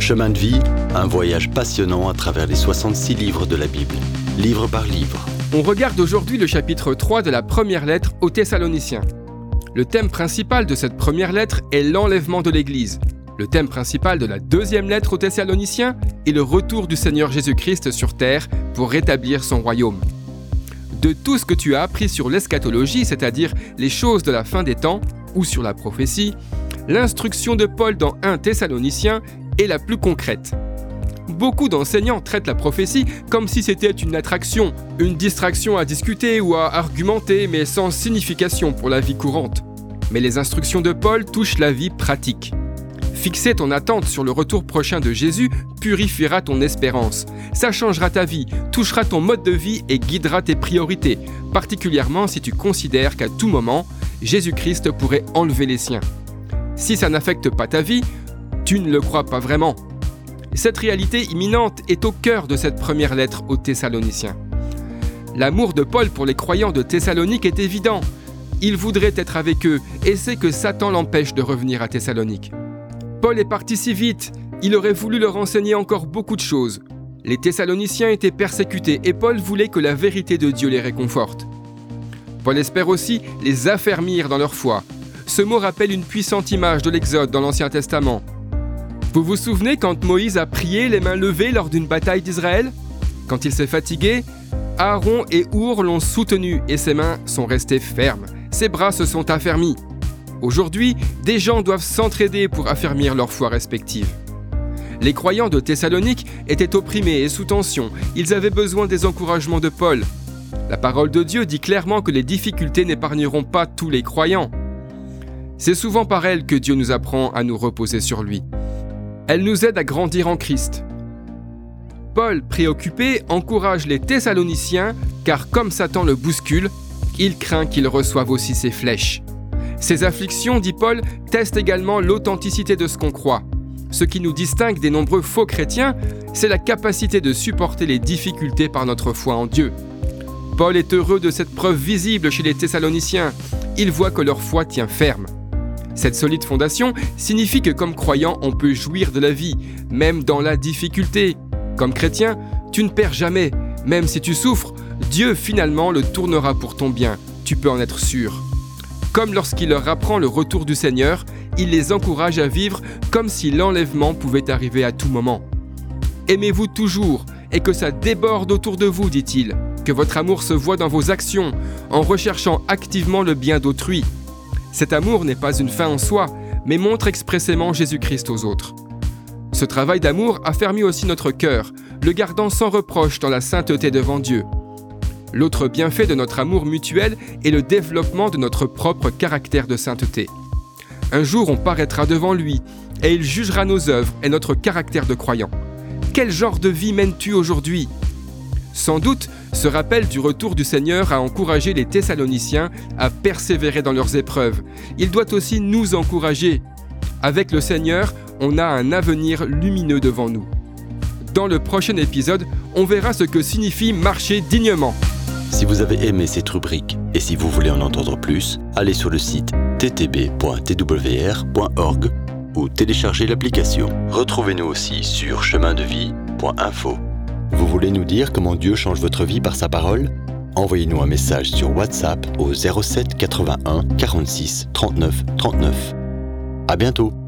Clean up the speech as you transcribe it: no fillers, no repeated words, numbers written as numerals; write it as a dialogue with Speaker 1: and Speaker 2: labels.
Speaker 1: Chemin de vie, un voyage passionnant à travers les 66 livres de la Bible, livre par livre.
Speaker 2: On regarde aujourd'hui le chapitre 3 de la première lettre aux Thessaloniciens. Le thème principal de cette première lettre est l'enlèvement de l'Église. Le thème principal de la deuxième lettre aux Thessaloniciens est le retour du Seigneur Jésus-Christ sur terre pour rétablir son royaume. De tout ce que tu as appris sur l'eschatologie, c'est-à-dire les choses de la fin des temps, ou sur la prophétie, l'instruction de Paul dans 1 Thessaloniciens est la plus concrète. Beaucoup d'enseignants traitent la prophétie comme si c'était une attraction, une distraction à discuter ou à argumenter, mais sans signification pour la vie courante. Mais les instructions de Paul touchent la vie pratique. Fixer ton attente sur le retour prochain de Jésus purifiera ton espérance. Ça changera ta vie, touchera ton mode de vie et guidera tes priorités, particulièrement si tu considères qu'à tout moment, Jésus-Christ pourrait enlever les siens. Si ça n'affecte pas ta vie, tu ne le crois pas vraiment. Cette réalité imminente est au cœur de cette première lettre aux Thessaloniciens. L'amour de Paul pour les croyants de Thessalonique est évident. Il voudrait être avec eux et sait que Satan l'empêche de revenir à Thessalonique. Paul est parti si vite, il aurait voulu leur enseigner encore beaucoup de choses. Les Thessaloniciens étaient persécutés et Paul voulait que la vérité de Dieu les réconforte. Paul espère aussi les affermir dans leur foi. Ce mot rappelle une puissante image de l'Exode dans l'Ancien Testament. Vous vous souvenez quand Moïse a prié les mains levées lors d'une bataille d'Israël ? Quand il s'est fatigué, Aaron et Our l'ont soutenu et ses mains sont restées fermes. Ses bras se sont affermis. Aujourd'hui, des gens doivent s'entraider pour affermir leur foi respective. Les croyants de Thessalonique étaient opprimés et sous tension. Ils avaient besoin des encouragements de Paul. La parole de Dieu dit clairement que les difficultés n'épargneront pas tous les croyants. C'est souvent par elles que Dieu nous apprend à nous reposer sur lui. Elle nous aide à grandir en Christ. Paul, préoccupé, encourage les Thessaloniciens car comme Satan le bouscule, il craint qu'il reçoive aussi ses flèches. Ces afflictions, dit Paul, testent également l'authenticité de ce qu'on croit. Ce qui nous distingue des nombreux faux chrétiens, c'est la capacité de supporter les difficultés par notre foi en Dieu. Paul est heureux de cette preuve visible chez les Thessaloniciens. Il voit que leur foi tient ferme. Cette solide fondation signifie que comme croyant, on peut jouir de la vie, même dans la difficulté. Comme chrétien, tu ne perds jamais. Même si tu souffres, Dieu finalement le tournera pour ton bien. Tu peux en être sûr. Comme lorsqu'il leur apprend le retour du Seigneur, il les encourage à vivre comme si l'enlèvement pouvait arriver à tout moment. Aimez-vous toujours et que ça déborde autour de vous, dit-il. Que votre amour se voie dans vos actions, en recherchant activement le bien d'autrui. Cet amour n'est pas une fin en soi, mais montre expressément Jésus-Christ aux autres. Ce travail d'amour affermit aussi notre cœur, le gardant sans reproche dans la sainteté devant Dieu. L'autre bienfait de notre amour mutuel est le développement de notre propre caractère de sainteté. Un jour, on paraîtra devant lui et il jugera nos œuvres et notre caractère de croyant. Quel genre de vie mènes-tu aujourd'hui ? Sans doute, ce rappel du retour du Seigneur a encouragé les Thessaloniciens à persévérer dans leurs épreuves. Il doit aussi nous encourager. Avec le Seigneur, on a un avenir lumineux devant nous. Dans le prochain épisode, on verra ce que signifie marcher dignement.
Speaker 1: Si vous avez aimé cette rubrique et si vous voulez en entendre plus, allez sur le site ttb.twr.org ou téléchargez l'application. Retrouvez-nous aussi sur chemindevie.info. Vous voulez nous dire comment Dieu change votre vie par sa parole ? Envoyez-nous un message sur WhatsApp au 07 81 46 39 39. À bientôt.